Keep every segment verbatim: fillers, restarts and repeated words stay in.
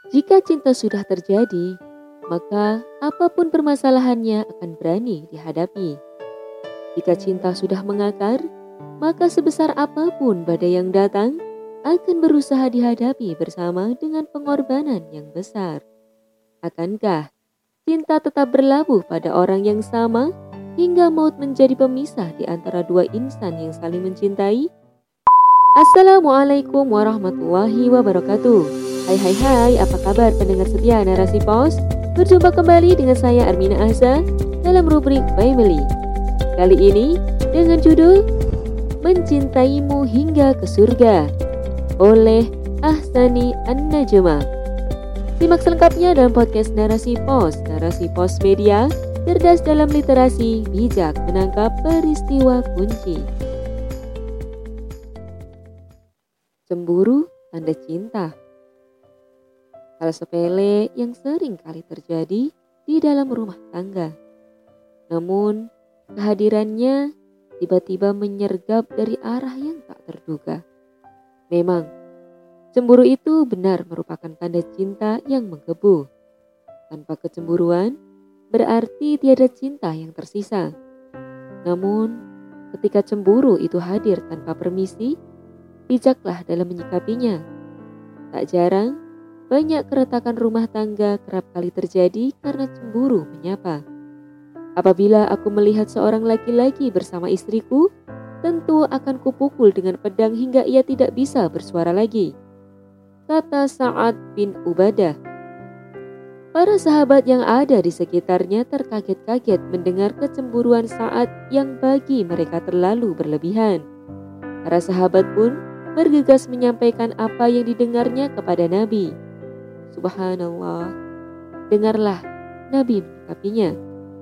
Jika cinta sudah terjadi, maka apapun permasalahannya akan berani dihadapi. Jika cinta sudah mengakar, maka sebesar apapun badai yang datang akan berusaha dihadapi bersama dengan pengorbanan yang besar. Akankah cinta tetap berlabuh pada orang yang sama hingga maut menjadi pemisah di antara dua insan yang saling mencintai? Assalamualaikum warahmatullahi wabarakatuh. Hai hai hai, apa kabar pendengar setia Narasi Pos? Berjumpa kembali dengan saya Armina Azza dalam rubrik Family. Kali ini dengan judul Mencintaimu Hingga ke Surga oleh Ahsani An-Najma. Simak selengkapnya dalam podcast Narasi Pos. Narasi Pos Media, cerdas dalam literasi, bijak menangkap peristiwa kunci. Cemburu tanda cinta. Hal sepele yang sering kali terjadi di dalam rumah tangga. Namun kehadirannya tiba-tiba menyergap dari arah yang tak terduga. Memang cemburu itu benar merupakan tanda cinta yang menggebu. Tanpa kecemburuan berarti tiada cinta yang tersisa. Namun ketika cemburu itu hadir tanpa permisi, bijaklah dalam menyikapinya. Tak jarang, banyak keretakan rumah tangga kerap kali terjadi karena cemburu menyapa. Apabila aku melihat seorang laki-laki bersama istriku, tentu akan kupukul dengan pedang hingga ia tidak bisa bersuara lagi, kata Sa'ad bin Ubadah. Para sahabat yang ada di sekitarnya terkaget-kaget mendengar kecemburuan Sa'ad yang bagi mereka terlalu berlebihan. Para sahabat pun bergegas menyampaikan apa yang didengarnya kepada Nabi. Subhanallah, dengarlah Nabi menyikapinya.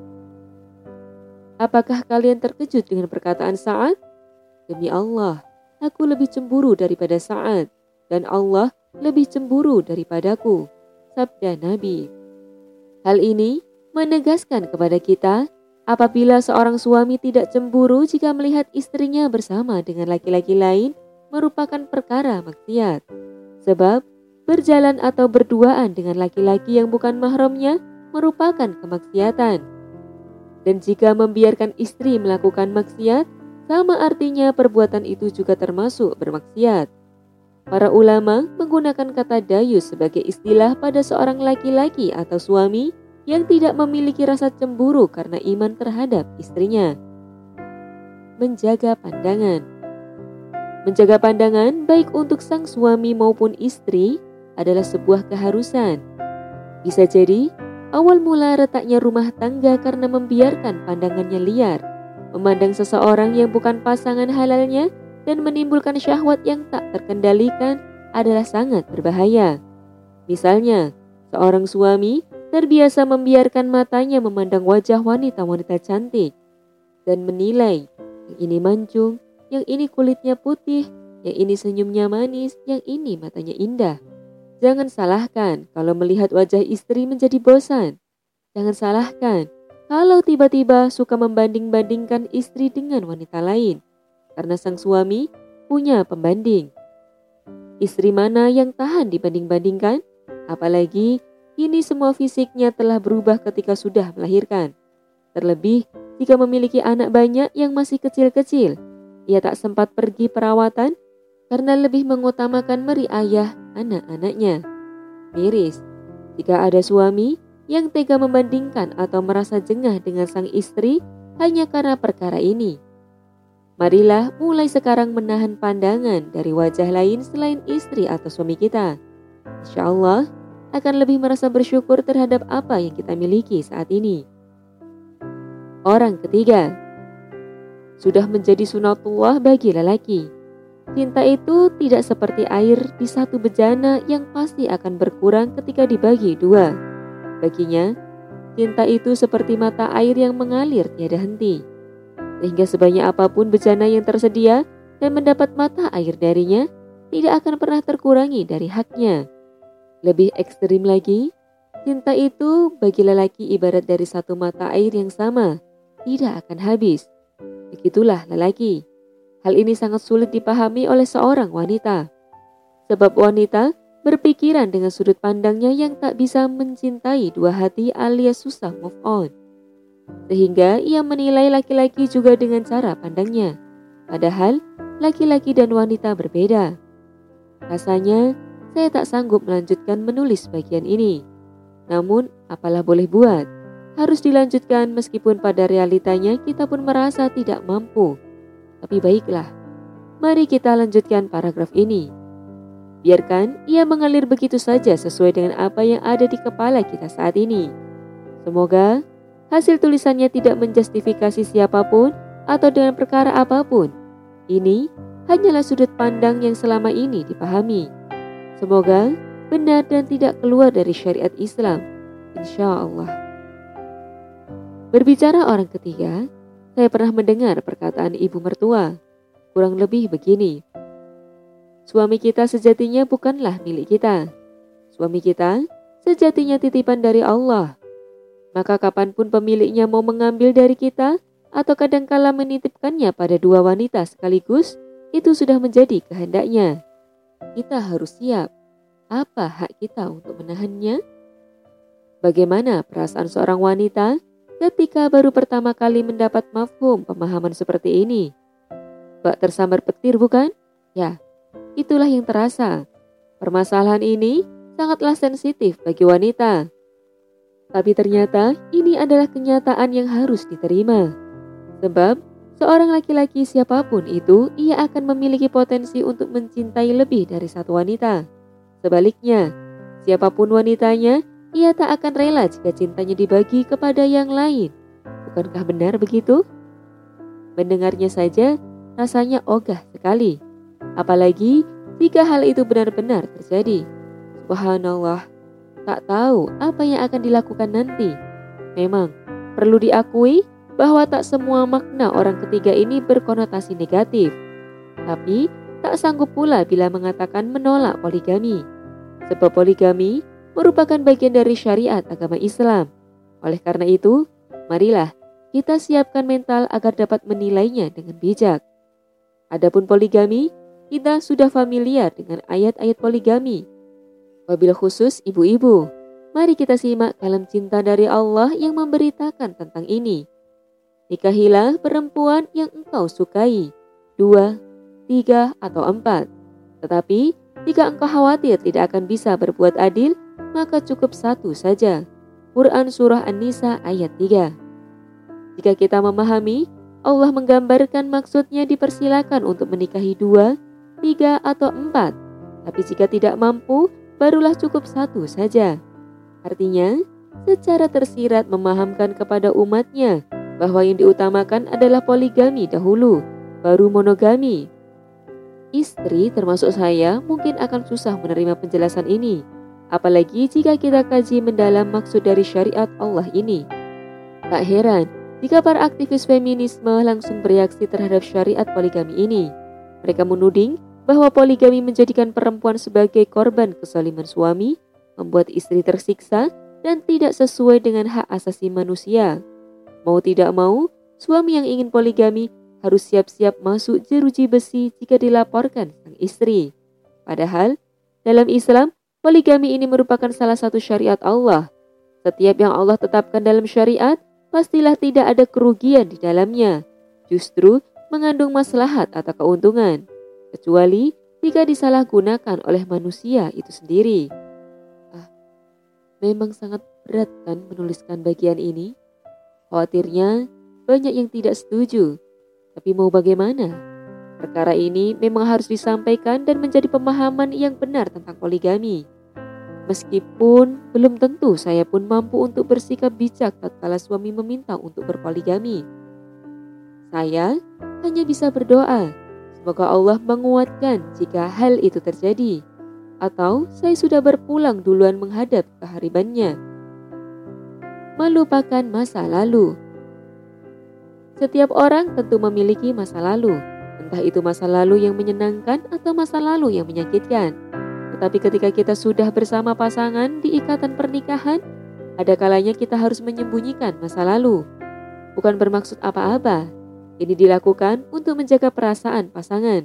Apakah kalian terkejut dengan perkataan Sa'ad? Demi Allah, aku lebih cemburu daripada Sa'ad, dan Allah lebih cemburu daripadaku, sabda Nabi. Hal ini menegaskan kepada kita, apabila seorang suami tidak cemburu jika melihat istrinya bersama dengan laki-laki lain, merupakan perkara maksiat. Sebab berjalan atau berduaan dengan laki-laki yang bukan mahramnya merupakan kemaksiatan. Dan jika membiarkan istri melakukan maksiat, sama artinya perbuatan itu juga termasuk bermaksiat. Para ulama menggunakan kata dayus sebagai istilah pada seorang laki-laki atau suami yang tidak memiliki rasa cemburu karena iman terhadap istrinya. Menjaga pandangan. Menjaga pandangan baik untuk sang suami maupun istri adalah sebuah keharusan. Bisa jadi awal mula retaknya rumah tangga karena membiarkan pandangannya liar, memandang seseorang yang bukan pasangan halalnya dan menimbulkan syahwat yang tak terkendalikan adalah sangat berbahaya. Misalnya, seorang suami terbiasa membiarkan matanya memandang wajah wanita-wanita cantik dan menilai yang ini mancung, yang ini kulitnya putih, yang ini senyumnya manis, yang ini matanya indah. Jangan salahkan kalau melihat wajah istri menjadi bosan. Jangan salahkan kalau tiba-tiba suka membanding-bandingkan istri dengan wanita lain, karena sang suami punya pembanding. Istri mana yang tahan dibanding-bandingkan? Apalagi kini semua fisiknya telah berubah ketika sudah melahirkan. Terlebih jika memiliki anak banyak yang masih kecil-kecil. Ia tak sempat pergi perawatan karena lebih mengutamakan meriayah anak-anaknya. Miris jika ada suami yang tega membandingkan atau merasa jengah dengan sang istri hanya karena perkara ini. Marilah mulai sekarang menahan pandangan dari wajah lain selain istri atau suami kita. Insya Allah akan lebih merasa bersyukur terhadap apa yang kita miliki saat ini. Orang ketiga, sudah menjadi sunatullah bagi lelaki. Cinta itu tidak seperti air di satu bejana yang pasti akan berkurang ketika dibagi dua. Baginya, cinta itu seperti mata air yang mengalir tiada henti. Sehingga sebanyak apapun bejana yang tersedia dan mendapat mata air darinya, tidak akan pernah terkurangi dari haknya. Lebih ekstrim lagi, cinta itu bagi lelaki ibarat dari satu mata air yang sama, tidak akan habis. Begitulah lelaki. Hal ini sangat sulit dipahami oleh seorang wanita. Sebab wanita berpikiran dengan sudut pandangnya yang tak bisa mencintai dua hati alias susah move on. Sehingga ia menilai laki-laki juga dengan cara pandangnya. Padahal laki-laki dan wanita berbeda. Rasanya saya tak sanggup melanjutkan menulis bagian ini. Namun apalah boleh buat, harus dilanjutkan meskipun pada realitanya kita pun merasa tidak mampu. Tapi baiklah, mari kita lanjutkan paragraf ini. Biarkan ia mengalir begitu saja sesuai dengan apa yang ada di kepala kita saat ini. Semoga hasil tulisannya tidak menjustifikasi siapapun atau dengan perkara apapun. Ini hanyalah sudut pandang yang selama ini dipahami. Semoga benar dan tidak keluar dari syariat Islam, insya Allah. Berbicara orang ketiga, saya pernah mendengar perkataan ibu mertua, kurang lebih begini. Suami kita sejatinya bukanlah milik kita. Suami kita sejatinya titipan dari Allah. Maka kapanpun pemiliknya mau mengambil dari kita atau kadangkala menitipkannya pada dua wanita sekaligus, itu sudah menjadi kehendaknya. Kita harus siap. Apa hak kita untuk menahannya? Bagaimana perasaan seorang wanita ketika baru pertama kali mendapat mafhum pemahaman seperti ini? Bak tersambar petir bukan? Ya, itulah yang terasa. Permasalahan ini sangatlah sensitif bagi wanita. Tapi ternyata ini adalah kenyataan yang harus diterima. Sebab seorang laki-laki siapapun itu, ia akan memiliki potensi untuk mencintai lebih dari satu wanita. Sebaliknya, siapapun wanitanya, ia tak akan rela jika cintanya dibagi kepada yang lain. Bukankah benar begitu? Mendengarnya saja rasanya ogah sekali. Apalagi jika hal itu benar-benar terjadi. Subhanallah, tak tahu apa yang akan dilakukan nanti. Memang perlu diakui bahwa tak semua makna orang ketiga ini berkonotasi negatif. Tapi tak sanggup pula bila mengatakan menolak poligami. Sebab poligami merupakan bagian dari syariat agama Islam. Oleh karena itu, marilah kita siapkan mental agar dapat menilainya dengan bijak. Adapun poligami, kita sudah familiar dengan ayat-ayat poligami. Wabil khusus ibu-ibu, mari kita simak kalam cinta dari Allah yang memberitakan tentang ini. Nikahilah perempuan yang engkau sukai, dua, tiga, atau empat. Tetapi jika engkau khawatir tidak akan bisa berbuat adil, maka cukup satu saja. Quran Surah An-Nisa ayat tiga. Jika kita memahami, Allah menggambarkan maksudnya dipersilakan untuk menikahi dua, tiga, atau empat. Tapi jika tidak mampu, barulah cukup satu saja. Artinya, secara tersirat memahamkan kepada umatnya bahwa yang diutamakan adalah poligami dahulu, baru monogami. Istri termasuk saya mungkin akan susah menerima penjelasan ini, apalagi jika kita kaji mendalam maksud dari syariat Allah ini. Tak heran jika para aktivis feminisme langsung bereaksi terhadap syariat poligami ini. Mereka menuding bahwa poligami menjadikan perempuan sebagai korban kezaliman suami, membuat istri tersiksa, dan tidak sesuai dengan hak asasi manusia. Mau tidak mau, suami yang ingin poligami harus siap-siap masuk jeruji besi jika dilaporkan sang istri. Padahal, dalam Islam, poligami ini merupakan salah satu syariat Allah. Setiap yang Allah tetapkan dalam syariat, pastilah tidak ada kerugian di dalamnya. Justru mengandung maslahat atau keuntungan. Kecuali jika disalahgunakan oleh manusia itu sendiri. Ah, memang sangat berat kan menuliskan bagian ini? Khawatirnya banyak yang tidak setuju. Tapi mau bagaimana? Perkara ini memang harus disampaikan dan menjadi pemahaman yang benar tentang poligami. Meskipun belum tentu saya pun mampu untuk bersikap bijak tatkala suami meminta untuk berpoligami. Saya hanya bisa berdoa, semoga Allah menguatkan jika hal itu terjadi. Atau saya sudah berpulang duluan menghadap keharibannya. Melupakan masa lalu. Setiap orang tentu memiliki masa lalu, entah itu masa lalu yang menyenangkan atau masa lalu yang menyakitkan. Tetapi ketika kita sudah bersama pasangan di ikatan pernikahan, ada kalanya kita harus menyembunyikan masa lalu. Bukan bermaksud apa-apa, ini dilakukan untuk menjaga perasaan pasangan.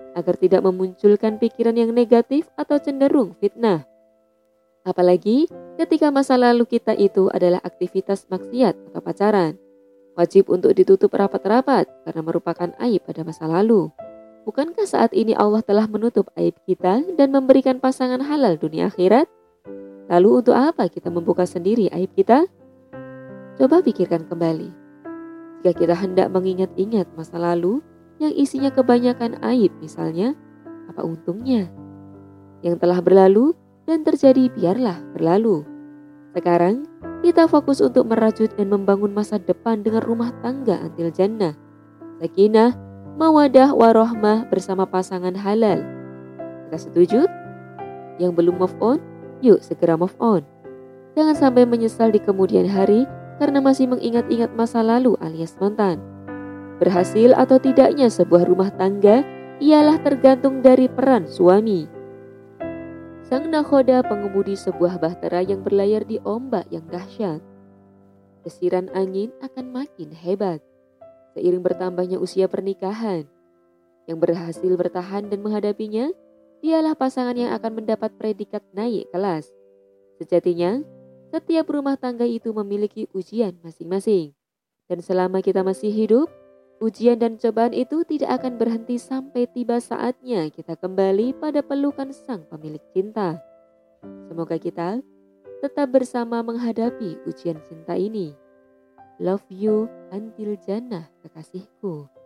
agar tidak memunculkan pikiran yang negatif atau cenderung fitnah. Apalagi ketika masa lalu kita itu adalah aktivitas maksiat atau pacaran. Wajib untuk ditutup rapat-rapat karena merupakan aib pada masa lalu. Bukankah saat ini Allah telah menutup aib kita dan memberikan pasangan halal dunia akhirat? Lalu untuk apa kita membuka sendiri aib kita? Coba pikirkan kembali. Jika kita hendak mengingat-ingat masa lalu yang isinya kebanyakan aib misalnya, apa untungnya? Yang telah berlalu dan terjadi biarlah berlalu. Sekarang kita fokus untuk merajut dan membangun masa depan dengan rumah tangga antil jannah, sakinah, mawadah warohmah bersama pasangan halal. Kita setuju? Yang belum move on, yuk segera move on. Jangan sampai menyesal di kemudian hari karena masih mengingat-ingat masa lalu alias mantan. Berhasil atau tidaknya sebuah rumah tangga ialah tergantung dari peran suami. Sang nakhoda pengemudi sebuah bahtera yang berlayar di ombak yang dahsyat. Desiran angin akan makin hebat seiring bertambahnya usia pernikahan. Yang berhasil bertahan dan menghadapinya dialah pasangan yang akan mendapat predikat naik kelas. Sejatinya, setiap rumah tangga itu memiliki ujian masing-masing. Dan selama kita masih hidup, ujian dan cobaan itu tidak akan berhenti sampai tiba saatnya kita kembali pada pelukan sang pemilik cinta. Semoga kita tetap bersama menghadapi ujian cinta ini. Love you until jannah, kekasihku.